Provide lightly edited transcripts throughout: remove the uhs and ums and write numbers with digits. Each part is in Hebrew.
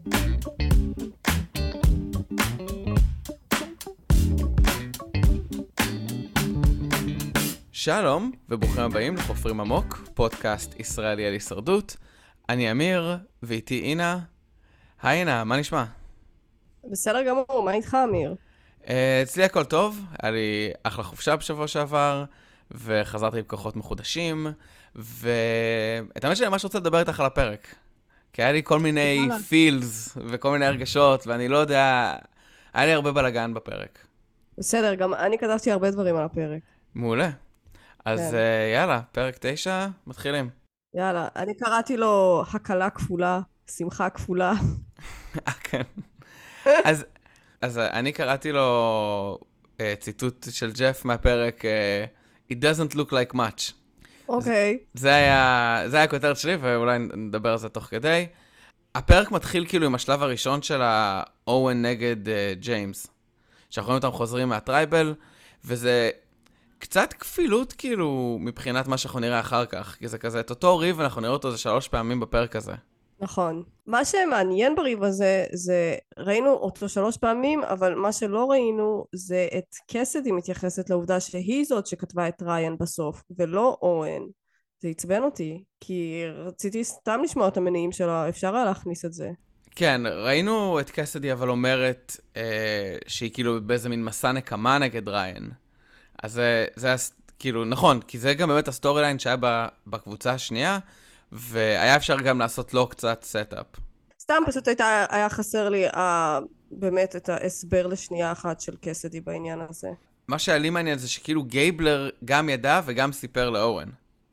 שלום וברוכים הבאים לחופרים עמוק, פודקאסט ישראלי על הישרדות. אני אמיר ואיתי אינה. היי אינה, מה נשמע? בסדר גמור, מה איתך אמיר? אצלי הכל טוב, היה לי אחלה חופשה בשבוע שעבר, וחזרתי עם כוחות מחודשים, ואת האמת שאני ממש רוצה לדבר איתך על הפרק. כי היה לי כל מיני פילס וכל מיני הרגשות, ואני לא יודע, היה לי הרבה בלגן בפרק. בסדר, גם אני כתבתי הרבה דברים על הפרק. מעולה. אז יאללה, פרק 9, מתחילים. יאללה, אני קראתי לו הקלה כפולה, שמחה כפולה. כן. אז אני קראתי לו ציטוט של ג'ף מהפרק It doesn't look like much. אוקיי. זה היה הכותרת שלי, ואולי נדבר על זה תוך כדי. הפרק מתחיל כאילו עם השלב הראשון של אוהן נגד ג'יימס. שאנחנו רואים אותם חוזרים מהטרייבל, וזה קצת כפילות כאילו מבחינת מה שאנחנו נראה אחר כך. כי זה כזה, את אותו ריב אנחנו נראה אותו זה 3 פעמים בפרק הזה. נכון. מה שמעניין בריב הזה, זה ראינו אותו 3 פעמים, אבל מה שלא ראינו זה את קסדי מתייחסת לעובדה שהיא זאת שכתבה את ריין בסוף, ולא אוהן. זה עצבן אותי, כי רציתי סתם לשמוע את המניעים שלה, אפשר היה להכניס את זה. כן, ראינו את קסדי אבל אומרת שהיא כאילו באיזה מין מסע נקמה נגד ריין. אז זה היה כאילו נכון, כי זה גם באמת הסטורי ליין שהיה בקבוצה השנייה, והיה אפשר גם לעשות לו קצת סטאפ. סתם פשוט היה חסר לי באמת את ההסבר לשנייה אחת של קסדי בעניין הזה. מה שהיה לי מעניין זה שכאילו גייבלר גם ידע וגם סיפר לאורן.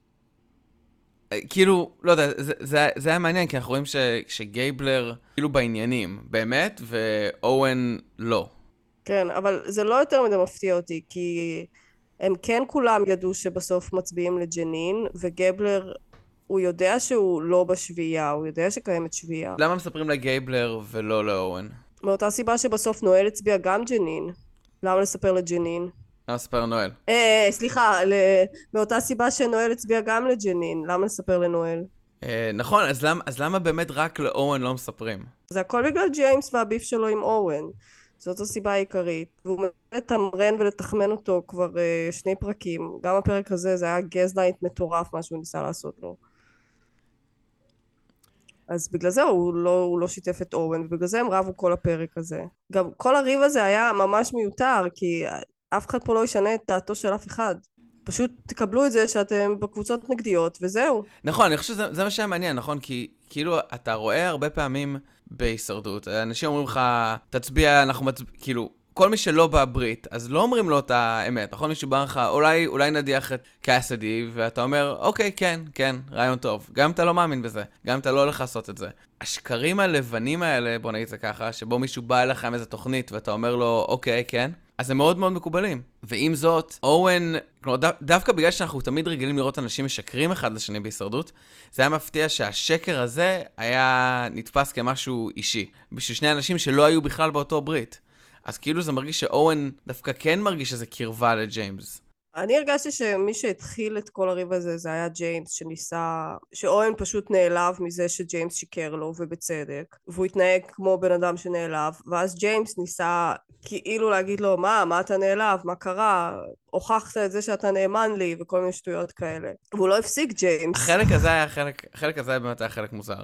כאילו, לא יודע, זה היה מעניין, כי אנחנו רואים שגייבלר כאילו בעניינים, באמת, ואורן לא. כן, אבל זה לא יותר מדי מפתיע אותי, כי הם כן כולם ידעו שבסוף מצביעים לג'נין, וגייבלר הוא יודע שהוא לא בשביעייה, הוא יודע שקיימת שביעייה. למה מספרים לגייבלר ולא לאורן? מאותה סיבה שבסוף נואל הצביע גם ג'נין. למה לספר לג'נין? למה לספר לנואל? סליחה, מאותה סיבה שנואל הצביע גם לג'נין. למה לספר לנואל? נכון, אז למה באמת רק לאורן לא מספרים? זה הכל בגלל ג'יימס והביף שלו עם אורן. זאת הסיבה העיקרית. והוא מנסה לתמרן ולתחמן אותו כבר 2 פרקים. גם הפרק הזה, זה היה גזלייט מטורף מה שהוא ניסה לעשות לו. אז בגלל זה הוא לא שיתף את אורן, ובגלל זה הם רבו כל הפרק הזה. גם כל הריב הזה היה ממש מיותר, כי אף אחד פה לא ישנה את דעתו של אף אחד. פשוט תקבלו את זה שאתם בקבוצות נגדיות, וזהו. נכון, אני חושב שזה מה שהיה מעניין, נכון? כי כאילו אתה רואה הרבה פעמים בהישרדות, אנשים אומרים לך, תצביע, כאילו, כל מי שלא בברית, אז לא אומרים לו את האמת, נכון? מישהו בא לך, אולי נדיח את קאסדי, ואתה אומר, אוקיי, כן, רעיון טוב. גם אתה לא מאמין בזה, גם אתה לא הולך לעשות את זה. השקרים הלבנים האלה, בוא נגיד זה ככה, שבו מישהו בא אליך עם איזה תוכנית, ואתה אומר לו, אוקיי, כן, אז הם מאוד מאוד מקובלים. ועם זאת, אוהן, דווקא בגלל שאנחנו תמיד רגילים לראות אנשים משקרים אחד לשני בהישרדות, זה היה מפתיע שהשקר הזה היה נתפס כמשהו אישי. בשביל 2 אנשים שלא היו בכלל באותו ברית. אז כאילו זה מרגיש שאוהן דווקא כן מרגיש שזה קרבה לג'יימס. אני הרגשתי שמי שהתחיל את כל הריב הזה זה היה ג'יימס שאוהן פשוט נעלב מזה שג'יימס שיקר לו ובצדק, והוא התנהג כמו בן אדם שנעלב, ואז ג'יימס ניסה כאילו להגיד לו מה אתה נעלב, מה קרה, הוכחת את זה שאתה נאמן לי וכל מיני שטויות כאלה, והוא לא הפסיק ג'יימס. החלק הזה באמת היה חלק מוזר,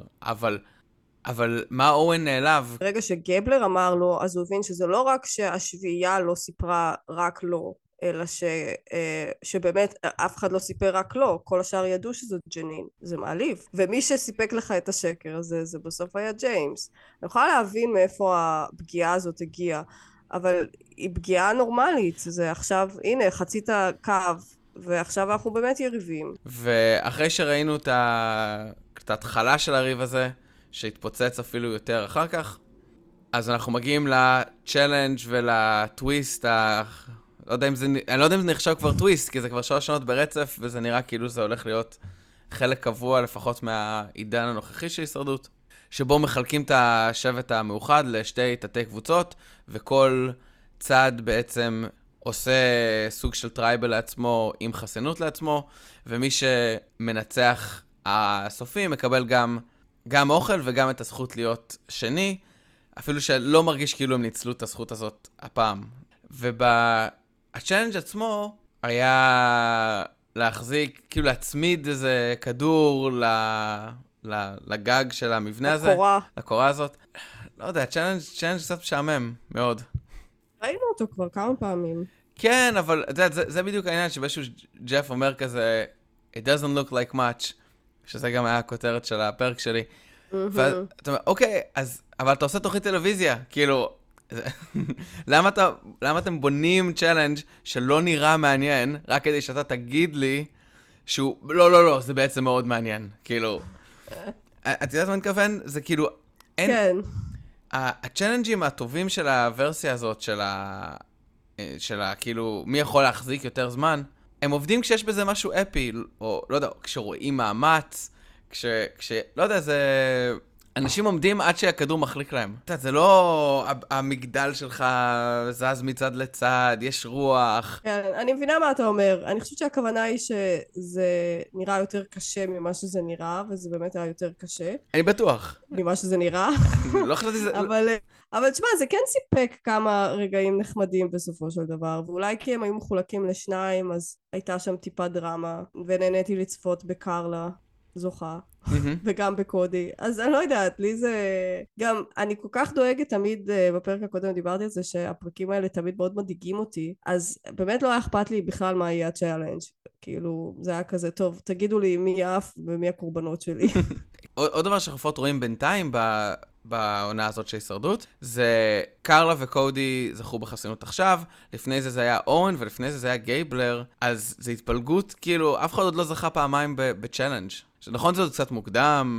אבל מה אוהן נעלב? ברגע שגייבלר אמר לו, אז הוא הבין שזה לא רק שהשביעייה לא סיפרה רק לו, אלא שבאמת אף אחד לא סיפר רק לו, כל השאר ידעו שזאת ג'נין. זה מעליב. ומי שסיפק לך את השקר הזה, זה בסוף היה ג'יימס. אני יכולה להבין מאיפה הפגיעה הזאת הגיעה, אבל היא פגיעה נורמלית. זה עכשיו, הנה, חצית קו, ועכשיו אנחנו באמת יריבים. ואחרי שראינו את ההתחלה של הריב הזה, שהתפוצץ אפילו יותר אחר כך, אז אנחנו מגיעים לצ'לנג' ולטוויסט, אני לא יודע אם זה נחשב כבר טוויסט, כי זה כבר 3 שנות ברצף, וזה נראה כאילו זה הולך להיות חלק קבוע לפחות מהעידן הנוכחי של הישרדות, שבו מחלקים את השבט המאוחד לשתי תתי קבוצות, וכל צד בעצם עושה סוג של טרייבל לעצמו עם חסינות לעצמו, ומי שמנצח הסופי מקבל גם גם אוכל וגם את הזכות להיות שני, אפילו שלא מרגיש כאילו הם ניצלו את הזכות הזאת הפעם. והצ'אלנג' עצמו היה להחזיק, כאילו להצמיד איזה כדור לגג של המבנה הזה. לקורה. לקורה הזאת. לא יודע, צ'אלנג' קצת משעמם מאוד. ראינו אותו כבר כמה פעמים. כן, אבל זה בדיוק העניין שבאיזשהו ג'ף אומר כזה, it doesn't look like much, שזה גם היה הכותרת של הפרק שלי. ואתה אומר, אוקיי, אבל אתה עושה תוכנית טלוויזיה, כאילו, למה אתם בונים צ'אלנג' שלא נראה מעניין, רק כדי שאתה תגיד לי שהוא, לא, זה בעצם מאוד מעניין, כאילו, את יודעת מה אני מתכוון? זה כאילו, אין, כן. הצ'אלנג'ים הטובים של הוורסיה הזאת, של כאילו, מי יכול להחזיק יותר זמן, הם עובדים כשיש בזה משהו אפי, או לא יודע, כשרואים מאמץ, לא יודע, זה... אנשים עומדים עד שהכדור מחליק להם. אתה יודע, זה לא המגדל שלך זז מצד לצד, יש רוח. כן, אני מבינה מה אתה אומר. אני חושבת שהכוונה היא שזה נראה יותר קשה ממה שזה נראה, וזה באמת היה יותר קשה. אני בטוח. ממה שזה נראה. לא חשבתי זה... אבל תשמע, זה כן סיפק כמה רגעים נחמדים בסופו של דבר, ואולי כי הם היו מחולקים לשניים, אז הייתה שם טיפה דרמה, ונהניתי לצפות בקרלה זוכה, וגם בקודי. אז אני לא יודעת, לי זה... גם, אני כל כך דואגת תמיד, בפרק הקודם דיברתי על זה, שהפרקים האלה תמיד מאוד מדאיגים אותי, אז באמת לא היה אכפת לי בכלל מה יהיה הצ'אלנג'. כאילו, זה היה כזה, טוב, תגידו לי מי אף ומי הקורבנות שלי. עוד דבר שחפות רואים בינתיים בעונה הזאת של הישרדות, זה קרלה וקודי זכו בחסינות עכשיו, לפני זה היה אורן ולפני זה היה גייבלר, אז זה התפלגות, כאילו, אף אחד עוד לא זכה פעמיים בצ'אלנג'. נכון זה עוד קצת מוקדם,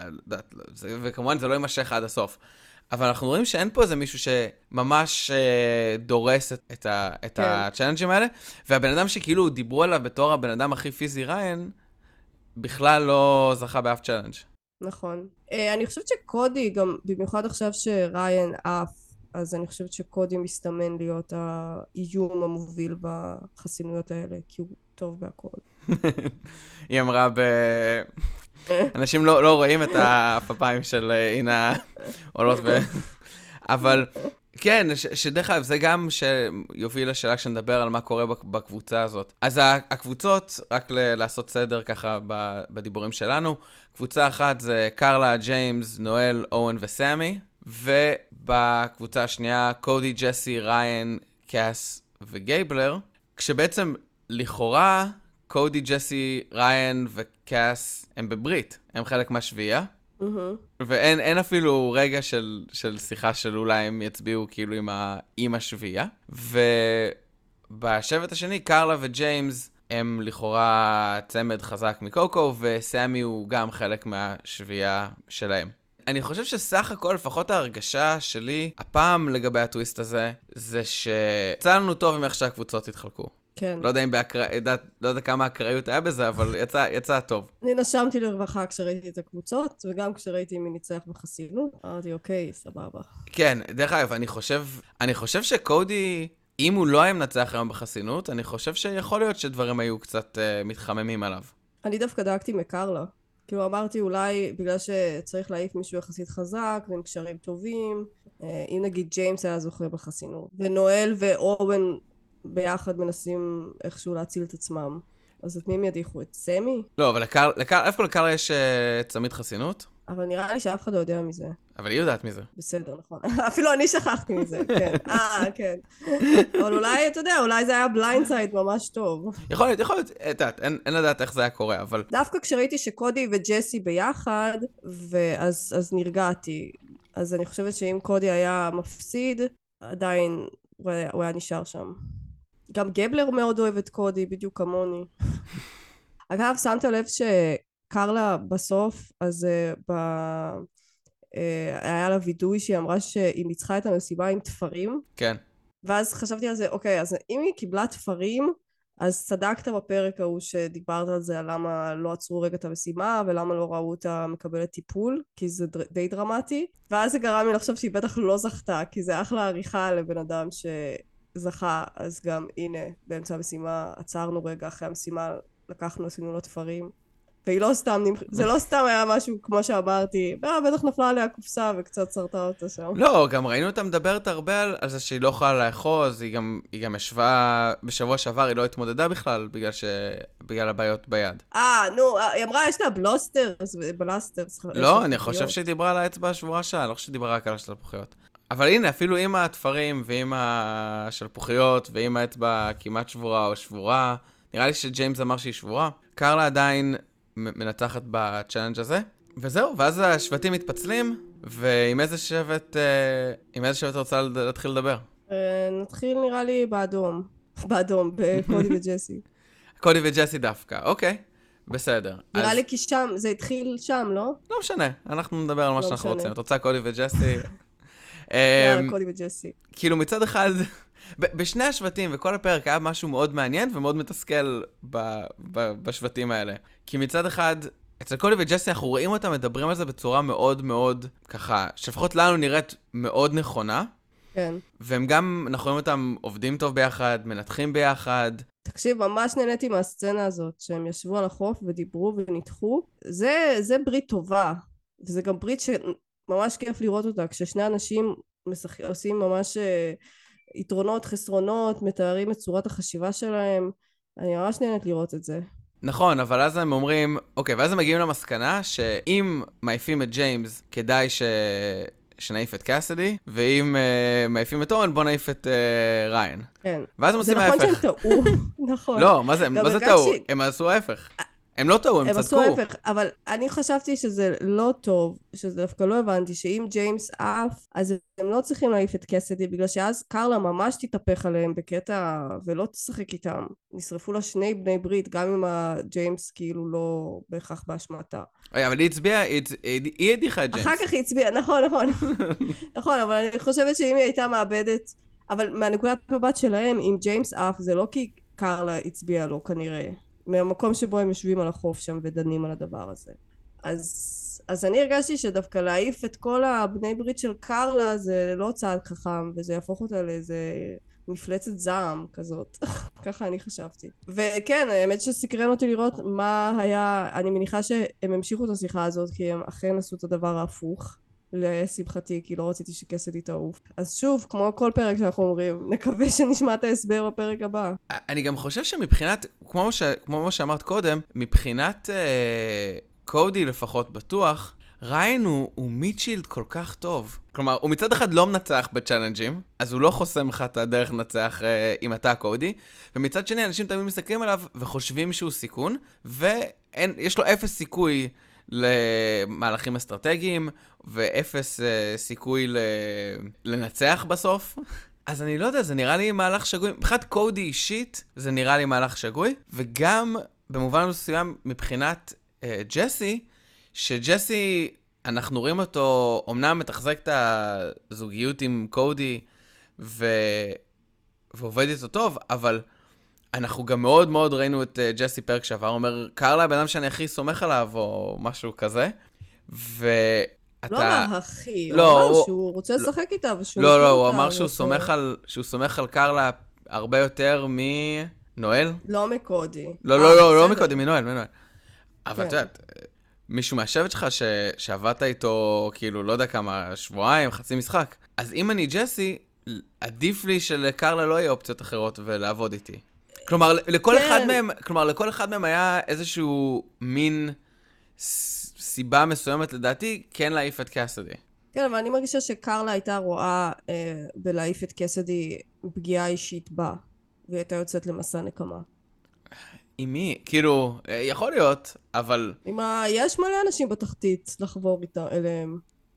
וכמובן זה לא יימשך עד הסוף, אבל אנחנו רואים שאין פה איזה מישהו שממש דורס את הצ'אלנג'ים האלה, והבן אדם שכאילו דיברו עליו בתור הבן אדם הכי פיזי ריין, בכלל לא זכה באף צ'אלנג'. נכון. אני חושבת שקודי, גם במיוחד עכשיו שריין אף, אז אני חושבת שקודי מסתמן להיות האיום המוביל בחסינויות האלה, כי הוא טוב בהכל. היא אמרה אנשים לא רואים את הפפיים של אינה עולות אבל כן, שדרך אגב, זה גם שיוביל לשאלה כשנדבר על מה קורה בקבוצה הזאת. אז הקבוצות, רק לעשות סדר ככה בדיבורים שלנו, קבוצה אחת זה קרלה, ג'יימס, נואל, אוון וסמי, ובקבוצה השנייה, קודי, ג'סי, ריין, קאס וגייבלר, כשבעצם לכאורה, קודי, ג'סי, ריין וקאס הם בברית, הם חלק מהשביעייה. ואין אפילו רגע של שיחה של אולי הם יצביעו כאילו עם השביעייה. ובשבט השני, קרלה וג'יימס הם לכאורה צמד חזק מקוקו, וסמי הוא גם חלק מהשביעייה שלהם. אני חושב שסך הכל, לפחות ההרגשה שלי, הפעם לגבי הטוויסט הזה, זה שיצא לנו טוב עם איך שהקבוצות התחלקו. כן. לא יודע אם לא יודע כמה הקראיות היה בזה, אבל יצא טוב. אני נשמתי לרווחה כשראיתי את הקבוצות, וגם כשראיתי מי ניצח בחסינות, אמרתי, אוקיי, סבבה. כן, דרך אגב, אני חושב שקודי, אם הוא לא היה מנצח היום בחסינות, אני חושב שיכול להיות שדברים היו קצת מתחממים עליו. אני דווקא דאגתי מקרלה. כאילו אמרתי, אולי בגלל שצריך להעיף מישהו יחסית חזק, ועם קשרים טובים, אם נגיד ג'יימס היה זוכה בחסינות, ונואל ואורן ביחד מנסים איכשהו להציל את עצמם. אז את מי הם ידיחו? את סמי? לא, אבל איפה לקרלה יש צמיד חסינות? אבל נראה לי שאף אחד לא יודע מזה. אבל היא יודעת מזה. בסדר, נכון. אפילו אני שכחתי מזה, כן. כן. אבל אולי, אתה יודע, אולי זה היה בליינדסייד ממש טוב. יכול להיות, אין לדעת איך זה היה קורה, אבל... דווקא כשראיתי שקודי וג'סי ביחד, אז נרגעתי. אז אני חושבת שאם קודי היה מפסיד, עדיין הוא היה נשאר שם. גם גבלר מאוד אוהב את קודי, בדיוק כמוני. אגב, שמת לב שקרלה בסוף, אז היה לה וידוי שהיא אמרה שהיא ניצחה את המסיבה עם תפרים. כן. ואז חשבתי על זה, אוקיי, אז אם היא קיבלה תפרים, אז צדקת בפרק ההוא שדיברת על זה, על למה לא עצרו רגע את המשימה, ולמה לא ראו אותה מקבלת טיפול, כי זה די דרמטי. ואז זה גרם לי לחשוב שהיא בטח לא זכתה, כי זה אחלה עריכה לבן אדם שזכה, אז גם הנה, באמצע המשימה עצרנו רגע, אחרי המשימה לקחנו, עשינו לו תפרים. והיא לא סתם, זה לא סתם היה משהו כמו שאמרתי, בטח נפלה עליה קופסה וקצת שרתה אותה שם. לא, גם ראינו אותה מדברת הרבה על זה שהיא לא יכולה לאחוז, היא גם ישבה, בשבוע שעבר היא לא התמודדה בכלל, בגלל הבעיות ביד. נו, היא אמרה, יש לה בלוסטר, בלסטר. לא, אני חושב שהיא דיברה על האצבע השבורה שלה, לא חושב שהיא דיברה רק על השלפוחיות. אבל הנה, אפילו עם התפרים ועם השלפוחיות ועם האצבע כמעט שבורה או שבורה, נראה לי שג'יימס אמר שהיא שבורה. קרלה עדיין מנצחת בצ'אלנג' הזה, וזהו, ואז השבטים מתפצלים, ועם איזה שבט רוצה להתחיל לדבר? נתחיל נראה לי באדום, בקודי וג'סי. קודי וג'סי דווקא, אוקיי, בסדר. נראה לי כי שם, זה התחיל שם, לא? לא משנה, אנחנו נדבר על מה שאנחנו רוצים. את רוצה קודי וג'סי? יאללה, קודי וג'סי. כאילו מצד אחד, בשני השבטים וכל הפרק היה משהו מאוד מעניין ומאוד מתסכל בשבטים האלה. כי מצד אחד, אצל קודי וג'סי אנחנו רואים אותם מדברים על זה בצורה מאוד מאוד ככה, שלפחות לנו נראית מאוד נכונה. כן. והם גם, אנחנו רואים אותם עובדים טוב ביחד, מנתחים ביחד. תקשיב, ממש נהניתי מהסצנה הזאת, שהם ישבו על החוף ודיברו וניתחו. זה ברית טובה, וזה גם ברית שממש כיף לראות אותה, כששני אנשים עושים ממש יתרונות, חסרונות, מתארים את צורת החשיבה שלהם. אני ממש נהנית לראות את זה. נכון, אבל אז הם אומרים, אוקיי, ואז הם מגיעים למסקנה שאם מעיפים את ג'יימס, כדאי שנעיף את קאסידי, ואם מעיפים את אורן, בוא נעיף את ריין. כן. ואז הם עושים ההפך. זה נכון שהם טעו, נכון. לא, מה זה טעו? הם עשו ההפך. הם לא טעו, הם צדקו. הם עשו ההפך, אבל אני חשבתי שזה לא טוב, שזה דווקא לא הבנתי, שאם ג'יימס עף, אז הם לא צריכים להעיף את קאסידי, בגלל שאז קרלה ממש תתהפך עליהם בקטע, ולא תשחק איתם. נשרפו לה שני בני ברית, גם אם הג'יימס כאילו לא בהכרח באשמתה. אבל היא הצביעה, היא הדיחה את ג'יימס. אחר כך היא הצביעה, נכון. נכון, אבל אני חושבת שאם היא הייתה מאבדת, אבל מהנקודת מבט שלהם, אם ג'יימס עף, זה לא כי קרלה הצביעה לו כנראה. מהמקום שבו הם יושבים על החוף שם ודנים על הדבר הזה. אז אני הרגשתי שדווקא להעיף את כל הבני ברית של קרלה זה לא צעד חכם, וזה יהפוך אותה לאיזה מפלצת זעם כזאת. ככה אני חשבתי. וכן, האמת שסקרן אותי לראות מה היה, אני מניחה שהם המשיכו את השיחה הזאת, כי הם אכן עשו את הדבר ההפוך. לשמחתי, כי לא רציתי שקאסידי תעוף. אז שוב, כמו כל פרק שאנחנו אומרים, נקווה שנשמע את ההסבר בפרק הבא. אני גם חושב שמבחינת, כמו מה שאמרת קודם, מבחינת קודי לפחות בטוח, ריין הוא מידשילד כל כך טוב. כלומר, הוא מצד אחד לא מנצח בצ'אלנג'ים, אז הוא לא חוסם לך את הדרך לנצח אם אתה קודי, ומצד שני אנשים תמיד מסתכלים עליו וחושבים שהוא סיכון, ויש לו אפס סיכוי למהלכים אסטרטגיים, ואפס סיכוי לנצח בסוף. אז אני לא יודע, זה נראה לי מהלך שגוי. מבחינת קודי אישית, זה נראה לי מהלך שגוי, וגם במובן מסוים מבחינת ג'סי, שג'סי, אנחנו רואים אותו, אמנם מתחזק את הזוגיות עם קודי, ועובד איתו טוב, אבל אנחנו גם מאוד מאוד ראינו את ג'סי פרק שעבר, אומר, קרלה, הבן אדם שאני הכי סומך עליו, או משהו כזה, לא אמר הכי, הוא לא, אמר שהוא רוצה לשחק איתה, ושהוא לא, הוא אמר שהוא סומך על קרלה הרבה יותר מנואל? לא מקודי. לא מקודי, מנואל. אבל אתה יודעת, מישהו מהשבט שלך שעבדת איתו, כאילו, לא יודע כמה, שבועיים, חצי משחק. אז אם אני ג'סי, עדיף לי שלקרלה לא יהיה אופציות אחרות ולעבוד איתי. כלומר, לכל אחד מהם היה איזשהו מין סיבה מסוימת, לדעתי, כן להעיף את קאסידי. כן, אבל אני מרגישה שקרלה הייתה רואה בלהעיף את קאסידי פגיעה אישית בה, והיא הייתה יוצאת למסע נקמה. עם מי? כאילו, יכול להיות, אבל יש מלא אנשים בתחתית לחבור אליהם.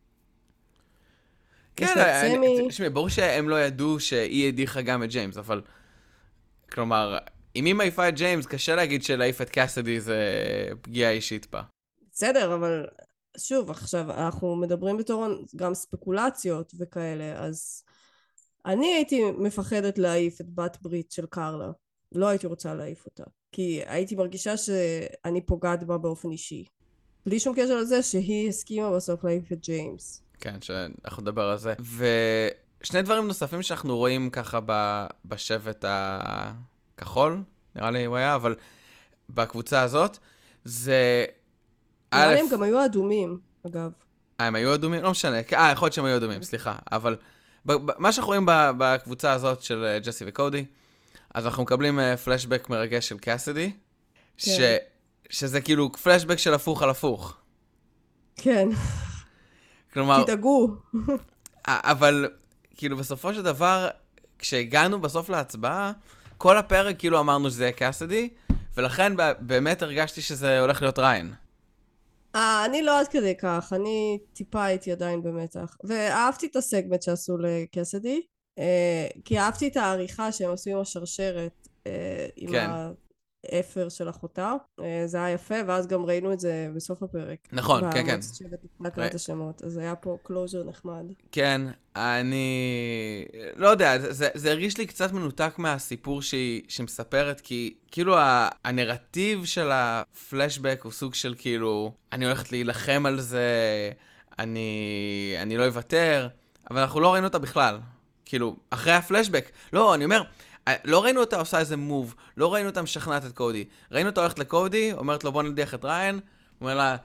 כן, תשמעי, ברור שהם לא ידעו שהיא הדיחה גם את ג'יימס, אבל כלומר, אם היא מעיפה את ג'יימס, קשה להגיד שלהעיף את קאסידי זה פגיעה אישית בה. בסדר, אבל שוב, עכשיו אנחנו מדברים בתור גם ספקולציות וכאלה, אז אני הייתי מפחדת להעיף את בת ברית של קרלה. לא הייתי רוצה להעיף אותה. כי הייתי מרגישה שאני פוגעת בה באופן אישי. בלי שום קשר לזה שהיא הסכימה בסוף להעיף את ג'יימס. כן, שאנחנו נדבר על זה. ושני דברים נוספים שאנחנו רואים ככה בשבט הכחול, נראה לי הוא היה, אבל בקבוצה הזאת, זה... נראה לי הם גם היו אדומים, אגב. הם היו אדומים? לא משנה. יכול להיות שהם היו אדומים, סליחה. אבל מה שאנחנו רואים בקבוצה הזאת של ג'סי וקודי, אז אנחנו מקבלים פלשבק מרגש של קאסידי, שזה כאילו פלשבק של הפוך על הפוך. כן. כלומר... תדאגו. אבל כאילו בסופו של דבר, כשהגענו בסוף להצבעה, כל הפרק כאילו אמרנו שזה יהיה קאסידי, ולכן באמת הרגשתי שזה הולך להיות ריין. אני לא עד כדי כך, אני טיפה הייתי עדיין במתח. ואהבתי את הסגמנט שעשו לקאסידי, כי אהבתי את העריכה שהם עשו עם השרשרת, עם האפר של אחותה. זה היה יפה, ואז גם ראינו את זה בסוף הפרק. נכון, כן, כן. בהקראת השמות, אז היה פה קלוז'ר נחמד. כן, אני... לא יודע, זה הרגיש לי קצת מנותק מהסיפור שהיא מספרת, כי כאילו הנרטיב של הפלשבק הוא סוג של כאילו, אני הולכת להילחם על זה, אני לא אוותר, אבל אנחנו לא ראינו אותה בכלל. כאילו, אחרי הפלשבק. לא, אני אומר, לא ראינו אותה עושה איזה מוב, לא ראינו אותה משכנעת את קודי. ראינו אותה הולכת לקודי, אומרת לו בוא נדיח את ריין, אומר לה,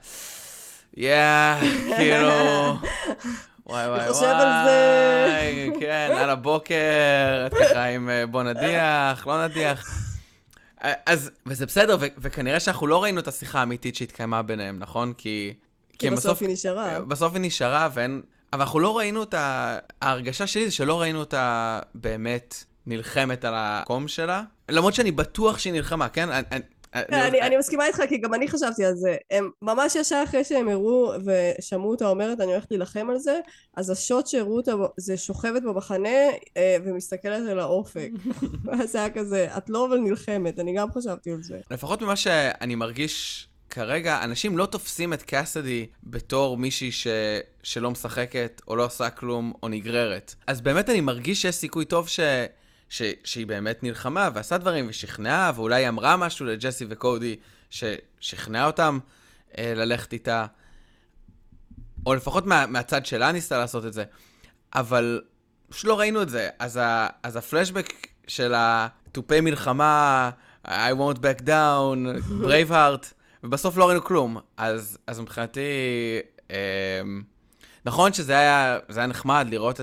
כאילו, וואי, חושב על זה. כן, על הבוקר, את ככה עם בוא נדיח, לא נדיח. אז, וזה בסדר, וכנראה שאנחנו לא ראינו את השיחה האמיתית שהתקיימה ביניהם, נכון? כי בסוף היא נשארה. בסוף היא נשארה, אבל אנחנו לא ראינו את ההרגשה שלי, זה שלא ראינו אותה באמת נלחמת על המקום שלה. למרות שאני בטוח שהיא נלחמה, כן? אני מסכימה איתך, כי גם אני חשבתי על זה. הם ממש ישר אחרי שהם הראו ושמעו אותה אומרת, אני הולכת להילחם על זה, אז השוט שהראו אותה זה שוכבת במחנה ומסתכלת על האופק. אז זה היה כזה, את לא אבל נלחמת, אני גם חשבתי על זה. לפחות ממה שאני מרגיש כרגע, אנשים לא תופסים את קאסידי בתור מישהי שלא משחקת, או לא עושה כלום, או נגררת. אז באמת אני מרגיש שיש סיכוי טוב שהיא באמת נלחמה ועשה דברים ושכנעה, ואולי היא אמרה משהו לג'סי וקודי ששכנעה אותם ללכת איתה, או לפחות מהצד שלה ניסתה לעשות את זה, אבל פשוט לא ראינו את זה. אז הפלשבק של הטופי מלחמה, I won't back down, Braveheart, ובסוף לא ראינו כלום. אז מבחינתי, נכון שזה היה נחמד לראות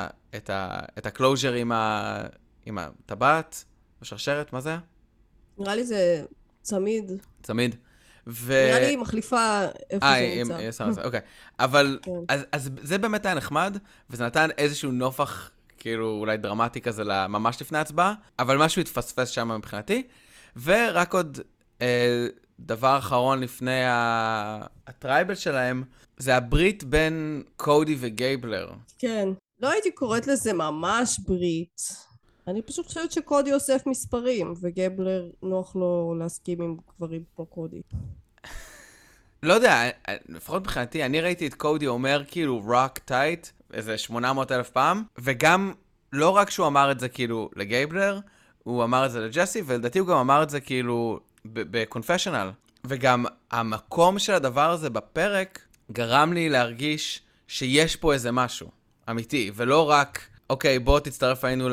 את הקלוז'ר עם הטבעת, השרשרת, מה זה היה? נראה לי זה צמיד. צמיד. נראה לי היא מחליפה איפה זה נמצא. אוקיי. אבל, אז זה באמת היה נחמד, וזה נתן איזשהו נופח, כאילו אולי דרמטי כזה, ממש לפני ההצבעה, אבל משהו התפספס שם מבחינתי. ורק עוד דבר אחרון לפני הטרייבל שלהם, זה הברית בין קודי וגייבלר. כן. לא הייתי קוראת לזה ממש ברית. אני פשוט חושבת שקודי אוסף מספרים, וגייבלר נוח לו להסכים עם גברים כמו קודי. לא יודע, לפחות מבחינתי, אני ראיתי את קודי אומר כאילו rock tight, איזה 800,000 פעם, וגם לא רק שהוא אמר את זה כאילו לגייבלר, הוא אמר את זה לג'סי, ולדעתי הוא גם אמר את זה כאילו בקונפשיונל. וגם המקום של הדבר הזה בפרק גרם לי להרגיש שיש פה איזה משהו אמיתי, ולא רק, אוקיי, בוא תצטרף היינו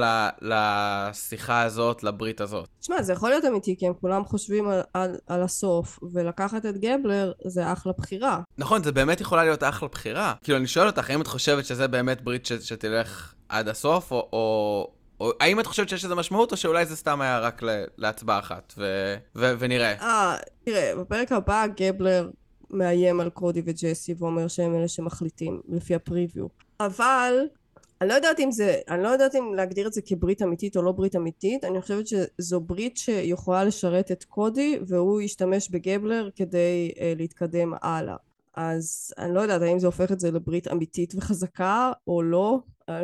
לשיחה הזאת, לברית הזאת. תשמע, זה יכול להיות אמיתי, כי הם כולם חושבים על הסוף, ולקחת את גייבלר זה אחלה בחירה. נכון, זה באמת יכולה להיות אחלה בחירה. כאילו, אני שואל אותך, האם את חושבת שזה באמת ברית שתלך עד הסוף, או האם את חושבת שיש לזה משמעות, או שאולי זה סתם היה רק להצבעה אחת, ונראה. תראה, בפרק הבא גייבלר מאיים על קודי וג'סי, ואומר שהם אלה שמחליטים, לפי הפריוויו. אבל אני לא יודעת אם להגדיר את זה כברית אמיתית או לא ברית אמיתית. אני חושבת שזו ברית שיכולה לשרת את קודי, והוא ישתמש בגייבלר כדי להתקדם הלאה. אז אני לא יודעת האם זה הופך את זה לברית אמיתית וחזקה או לא.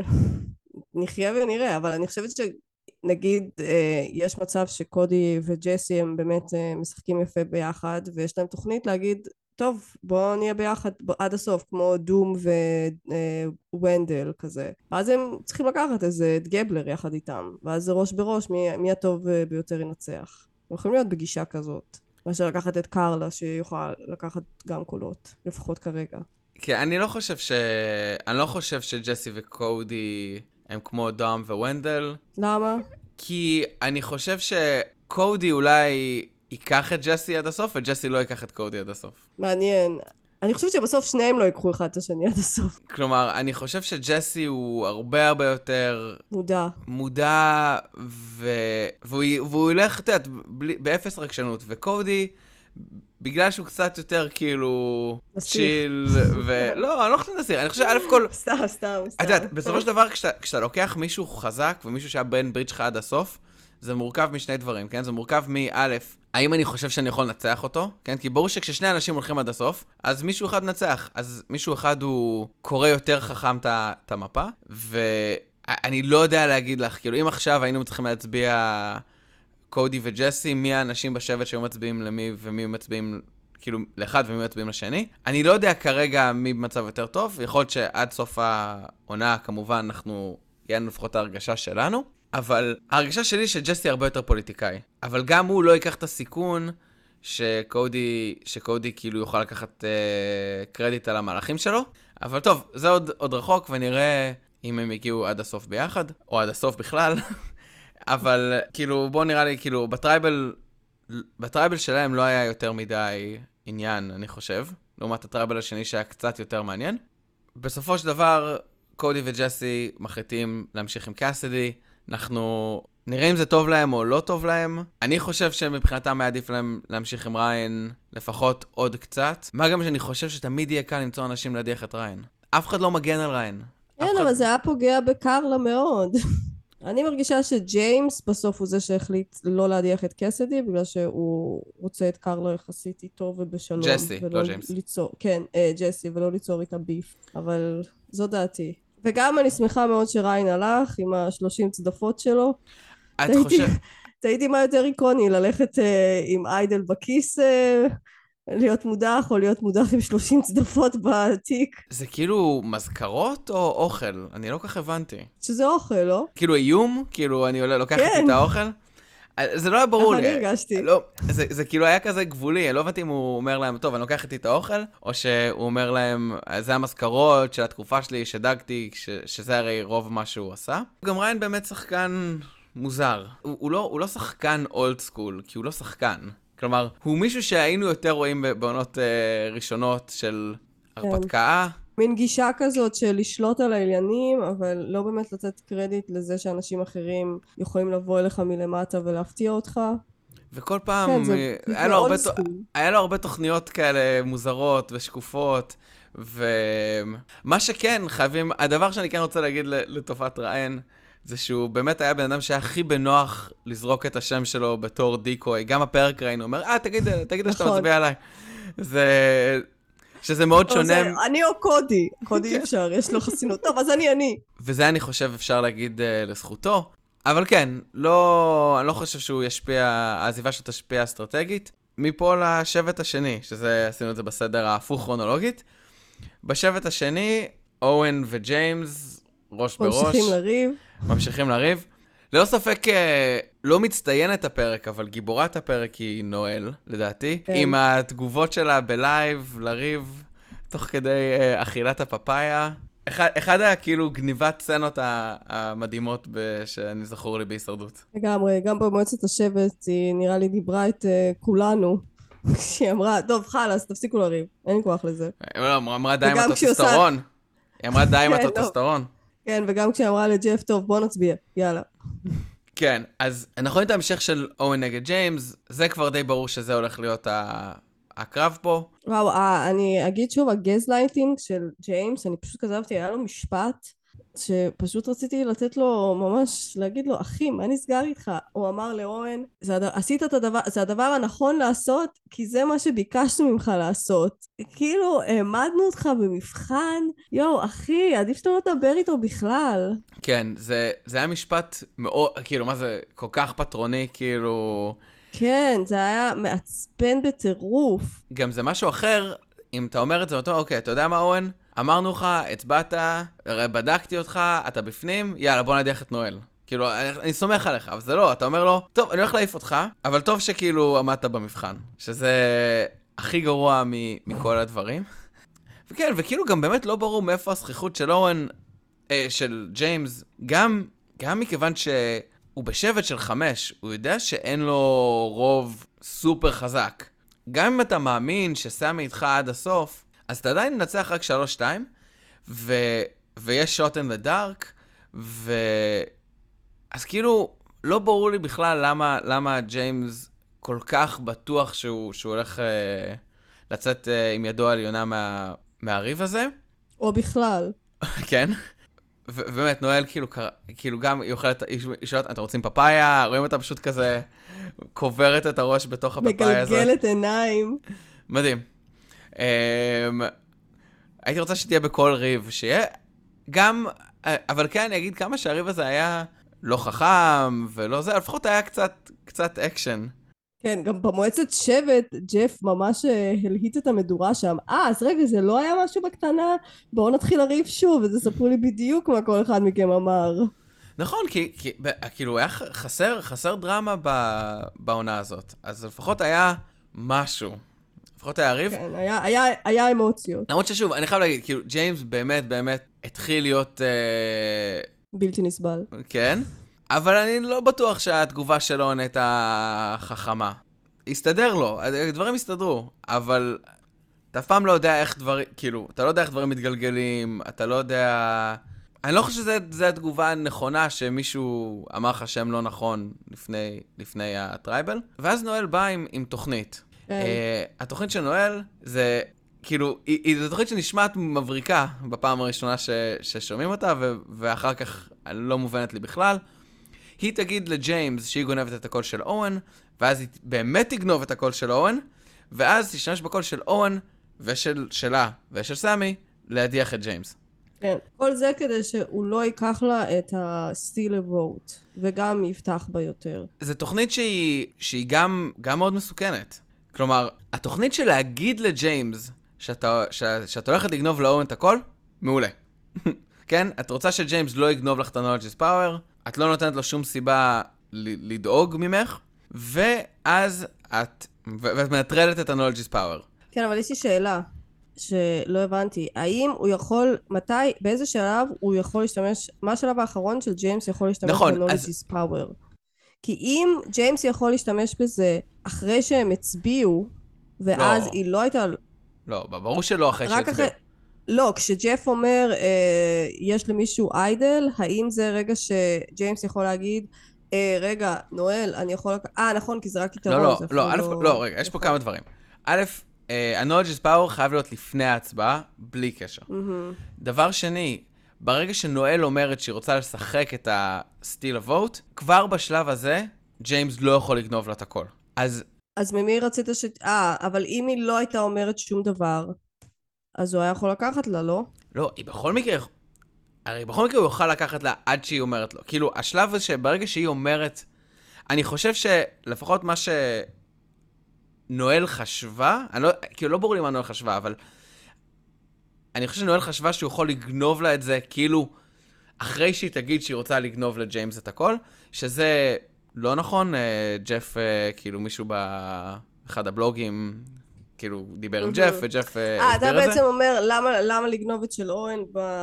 נחיה ונראה, אבל אני חושבת שנגיד יש מצב שקודי וג'סי הם באמת משחקים יפה ביחד, ויש להם תוכנית להגיד, טוב, בואו נהיה ביחד עד הסוף, כמו דום וונדל כזה. ואז הם צריכים לקחת את גייבלר יחד איתם, ואז זה ראש בראש, מי הטוב ביותר ינצח. הם יכולים להיות בגישה כזאת, מאשר לקחת את קרלה שיוכל לקחת גם קולות, לפחות כרגע. כן, אני לא חושב שג'סי וקודי הם כמו דום וונדל. למה? כי אני חושב שקודי אולי ייקח את ג'סי עד הסוף, וג'סי לא ייקח את קודי עד הסוף. מעניין. אני חושבת שבסוף שניהם לא ייקחו אחד את השני עד הסוף. כלומר, אני חושב שג'סי הוא הרבה יותר מודע, והוא ילך, אתה יודעת, באפס רגשנות, וקודי, בגלל שהוא קצת יותר כאילו צ'יל, ולא, אני לא חושב לנסיר, אני חושב שא' כל... סתם. את יודעת, בסופו של דבר, כשאתה לוקח מישהו חזק, ומישהו שהיה בן ברית שלך עד הסוף, זה מורכב משני דברים, כן? זה מורכב מא', האם אני חושב שאני יכול לנצח אותו, כן? כי ברור שכששני אנשים הולכים עד הסוף, אז מישהו אחד נצח, אז מישהו אחד הוא קורא יותר חכם את המפה, ואני לא יודע להגיד לך, כאילו, אם עכשיו היינו צריכים להצביע קודי וג'סי, מי האנשים בשבט שהיו מצביעים למי ומי מצביעים, כאילו, לאחד ומי מצביעים לשני. אני לא יודע כרגע מי במצב יותר טוב, יכול להיות שעד סוף העונה, כמובן, יהיה לנו לפחות ההרגשה שלנו, אבל ההרגשה שלי שג'סי הרבה יותר פוליטיקאי. אבל גם הוא לא ייקח את הסיכון שקודי כאילו יוכל לקחת קרדיט על המהלכים שלו. אבל טוב, זה עוד רחוק, ונראה אם הם יגיעו עד הסוף ביחד, או עד הסוף בכלל. אבל כאילו, בוא נראה לי, כאילו, בטרייבל שלהם לא היה יותר מדי עניין, אני חושב. לעומת הטרייבל השני שהיה קצת יותר מעניין. בסופו של דבר, קודי וג'סי מחליטים להמשיך עם קאסידי. אנחנו נראה אם זה טוב להם או לא טוב להם. אני חושב שמבחינתם מעדיף להם להמשיך עם ריין לפחות עוד קצת. מה גם שאני חושב שתמיד יהיה קל למצוא אנשים להדיח את ריין. אף אחד לא מגן על ריין. כן, אבל זה היה פוגע בקרלה מאוד. אני מרגישה שג'יימס בסוף הוא זה שהחליט לא להדיח את קאסידי, בגלל שהוא רוצה את קרלה יחסית איתו ובשלום. ג'סי, לא ג'יימס. כן, ג'סי, ולא ליצור איתה ביף. אבל זו דעתי. וגם אני שמחה מאוד שריין הלך עם 30 צדפות שלו. את חושבת? תהיתי מה יותר איקוני, ללכת עם איידל בכיס, להיות מודח, או להיות מודח עם 30 צדפות בתיק. זה כאילו מזכרות או אוכל? אני לא כך הבנתי. שזה אוכל, לא? כאילו איום? כאילו אני לוקחת את האוכל? זה לא היה ברור לי. איך אני הרגשתי. לא, זה כאילו היה כזה גבולי, לא הבנתי אם הוא אומר להם, טוב, אני לוקח איתי את האוכל, או שהוא אומר להם, זה המזכרות של התקופה שלי שדגתי, שזה הרי רוב מה שהוא עשה. גם ריין באמת שחקן מוזר. הוא לא שחקן אולד סקול, כי הוא לא שחקן. כלומר, הוא מישהו שהיינו יותר רואים בעונות ראשונות של הרפתקה. מין גישה כזאת של לשלוט על העניינים, אבל לא באמת לתת קרדיט לזה שאנשים אחרים יכולים לבוא אליך מלמטה ולהפתיע אותך. וכל פעם, היה לו הרבה תוכניות כאלה מוזרות ושקופות, ומה שכן, הדבר שאני כן רוצה להגיד לתופעת ריין, זה שהוא באמת היה בן אדם שהיה הכי בנוח לזרוק את השם שלו בתור דיקוי. גם הפרק ראינו, הוא אומר, תגיד שאתה מצביע עליי. שזה מאוד שונה. אני או קודי. קודי אפשר, יש לו חסינות. טוב, אז אני. וזה אני חושב אפשר להגיד לזכותו. אבל כן, אני לא חושב שהוא ישפיע, העזיבה שלו תשפיע אסטרטגית. מפה לשבט השני, שזה עשינו את זה בסדר ההפוך כרונולוגית. בשבט השני, אוהן וג'יימס, ראש בראש. ממשיכים לריב. ללא ספק לא מצטיינת הפרק, אבל גיבורת הפרק היא נואל, לדעתי. כן. עם התגובות שלה בלייב, לריב, תוך כדי אכילת הפפאיה. אחד היה כאילו גניבת סצנות המדהימות שאני זכור לי בהישרדות. לגמרי, גם במועצת השבט היא נראה לי דיברה את כולנו. כשהיא אמרה, טוב, חלאס, תפסיקו לריב, אין כוח לזה. אמרה די עם הטוסטסטרון. היא אמרה די עם הטוסטסטרון. כן, וגם כשהיא אמרה לג'ף, טוב, בוא נצביע, יאללה. כן, אז אנחנו רואים את ההמשך של אוהן נגד ג'יימס, זה כבר די ברור שזה הולך להיות הקרב פה. וואו, אני אגיד שוב, הגזלייטינג של ג'יימס, אני פשוט כתבתי, היה לו משפט, שפשוט רציתי לתת לו ממש, להגיד לו, אחי, מה נסגר איתך? הוא אמר לאוהן, עשית את הדבר, זה הדבר הנכון לעשות, כי זה מה שביקשנו ממך לעשות. כאילו, העמדנו אותך במבחן, יואו, אחי, עדיף שאתה לא תדבר איתו בכלל. כן, זה היה משפט מאוד, כאילו, מה זה, כל כך פטרוני, כאילו... כן, זה היה מעצבן בטירוף. גם זה משהו אחר, אם אתה אומר את זה, אוקיי, אתה יודע מה, אוהן? אמרנו לך, הצבעת, בדקתי אותך, אתה בפנים, יאללה, בוא נדיח את נואל. כאילו, אני סומך עליך, אבל זה לא, אתה אומר לו, טוב, אני הולך להעיף אותך, אבל טוב שכאילו עמדת במבחן, שזה הכי גרוע מכל הדברים. וכן, וכאילו גם באמת לא ברור מאיפה הזכיחות של אוהן, של ג'יימס, גם מכיוון הוא בשבט של 5, הוא יודע שאין לו רוב סופר חזק. גם אם אתה מאמין שסמי איתך עד הסוף, אז אתה עדיין מנצח רק 3-2, ויש שוט אין לדארק, אז כאילו, לא ברור לי בכלל למה ג'יימס כל כך בטוח שהוא הולך לצאת עם ידו על יונה מהריב הזה. או בכלל. כן. ובאמת, נואל כאילו גם היא אוכלת, אתם רוצים פפאיה? רואים אותה פשוט כזה, קוברת את הראש בתוך הפפאיה הזאת. מגלגלת עיניים. מדהים. הייתי רוצה שתהיה בכל ריב, שיהיה גם, אבל כן, אני אגיד כמה שהריב הזה היה לא חכם, ולא זה, לפחות היה קצת אקשן. כן, גם במועצת שבט, ג'ף ממש הלהיט את המדורה שם. אז רגע, זה לא היה משהו בקטנה? בואו נתחיל לריב שוב, וזה ספרו לי בדיוק מה כל אחד מכם אמר. נכון, כי כאילו היה חסר דרמה בעונה הזאת. אז לפחות היה משהו. לפחות היה ריב. כן, היה אמוציות. למרות ששוב, אני חייב להגיד, כאילו, ג'יימס באמת התחיל להיות... בלתי נסבל. כן. אבל אני לא בטוח שהתגובה שלו הייתה חכמה. הסתדר לו, דברים הסתדרו, אבל אתה אף פעם לא יודע איך דברים, כאילו, אתה לא יודע איך דברים מתגלגלים, אתה לא יודע... אני לא חושב שזו התגובה הנכונה שמישהו אמר לך שם לא נכון לפני הטרייבל. ואז נואל בא עם תוכנית. התוכנית של נואל זה... כאילו, זו תוכנית שנשמעת מבריקה בפעם הראשונה ששומעים אותה, ואחר כך לא מובנת לי בכלל. היא תגיד לג'יימס שהיא גונבת את הקול של אוהן, ואז היא באמת תגנוב את הקול של אוהן, ואז תשתמש בקול של אוהן ושלה ושל סמי להדיח את ג'יימס. כן, כל זה כדי שהוא לא ייקח לה את ה-steal a vote, וגם יפתח בה יותר. זו תוכנית שהיא גם מאוד מסוכנת. כלומר, התוכנית של להגיד לג'יימס שאתה הולכת לגנוב לאוהן את הקול, מעולה. כן? את רוצה שג'יימס לא יגנוב לך את ה-knowledge is power, את לא נותנת לו שום סיבה לדאוג ממך, ואז ואת מנטרלת את ה-knowledge is power. כן, אבל יש לי שאלה שלא הבנתי. האם הוא יכול, באיזה שלב הוא יכול להשתמש, מה השלב האחרון של ג'יימס יכול להשתמש ב-knowledge is power? כי אם ג'יימס יכול להשתמש בזה אחרי שהם הצביעו, ואז היא לא הייתה... לא, ברור שלא אחרי שהצביעו. לא, כשג'ף אומר, יש למישהו איידל, האם זה רגע שג'יימס יכול להגיד, רגע, נואל, אני יכול... נכון, כי זה רק יתרון. לא, רגע, יש פה כמה דברים. א', ה-knowledge is power חייב להיות לפני ההצבעה, בלי קשר. דבר שני, ברגע שנואל אומרת שהיא רוצה לשחק את ה-steal a vote, כבר בשלב הזה, ג'יימס לא יכול לגנוב לה את הכל. אז ממי רצית אבל אם היא לא הייתה אומרת שום דבר, אז הוא היה יכול לקחת לה, לא? לא, היא בכל מקרה... הרי בכל מקרה הוא יוכל לקחת לה עד שהיא אומרת לו. כאילו, השלב הזה שברגע שהיא אומרת... אני חושב שלפחות מה שנואל חשבה... כאילו, לא ברור לי מה נואל חשבה, אבל... אני חושב שנואל חשבה שהוא יכול לגנוב לה את זה, כאילו... אחרי שהיא תגיד שהיא רוצה לגנוב לג'יימס את הכל, שזה לא נכון. ג'ף, כאילו, מישהו באחד הבלוגים... כאילו, דיבר עם ג'ף, וג'ף הסביר את זה. אתה בעצם אומר, למה לגנוב את של אוהן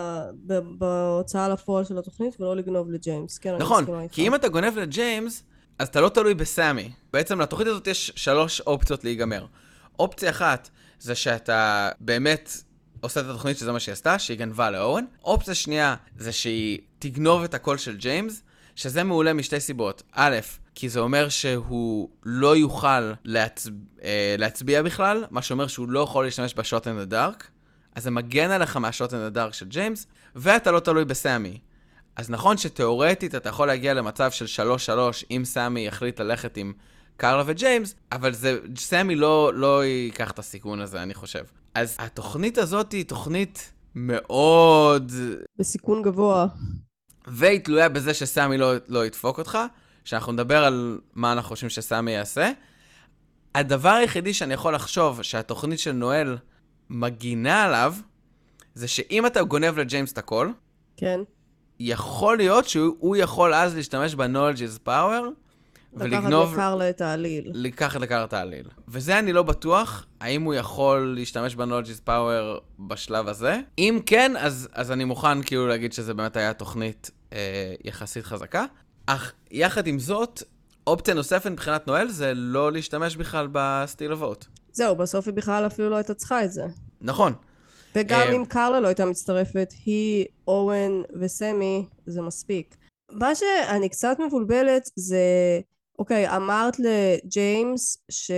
בהוצאה לפועל של התוכנית, ולא לגנוב לג'יימס? נכון, כי אם אתה גונב לג'יימס, אז אתה לא תלוי בסמי. בעצם לתוכנית הזאת יש 3 אופציות להיגמר. אופציה אחת, זה שאתה באמת עושה את התוכנית שזה מה שהיא עשתה, שהיא גנבה לאוהן. אופציה שנייה, זה שהיא תגנוב את הקול של ג'יימס, שזה מעולה משתי סיבות. א', כי זה אומר שהוא לא יוכל להצביע בכלל, מה שאומר שהוא לא יכול להשתמש בשוט אין הדארק, אז זה מגן עליך מהשוט אין הדארק של ג'יימס, ואתה לא תלוי בסמי. אז נכון שתיאורטית אתה יכול להגיע למצב של 3-3 אם סמי יחליט ללכת עם קרלה וג'יימס, אבל סמי לא ייקח את הסיכון הזה, אני חושב. אז התוכנית הזאת היא תוכנית מאוד... בסיכון גבוה. והיא תלויה בזה שסמי לא ידפוק אותך, שאנחנו נדבר על מה אנחנו חושבים שסמי יעשה. הדבר היחידי שאני יכול לחשוב שהתוכנית של נואל מגינה עליו, זה שאם אתה גונב לג'יימס את הכל, כן. יכול להיות שהוא יכול אז להשתמש ב-knowledge is power, ולגנוב... לקחת לקרלה את העליל. לקחת לקרלה את העליל. וזה אני לא בטוח, האם הוא יכול להשתמש ב-knowledge is power בשלב הזה. אם כן, אז אני מוכן כאילו להגיד שזה באמת היה תוכנית יחסית חזקה. אך יחד עם זאת, אופציה נוספת מבחינת נואל זה לא להשתמש בכלל בסטיל הווט. זהו, בסוף היא בכלל אפילו לא הייתה צריכה את זה. נכון. וגם אם קרלה לא הייתה מצטרפת, היא, אורן וסמי, זה מספיק. מה שאני קצת מבולבלת זה, אוקיי, אמרת לג'יימס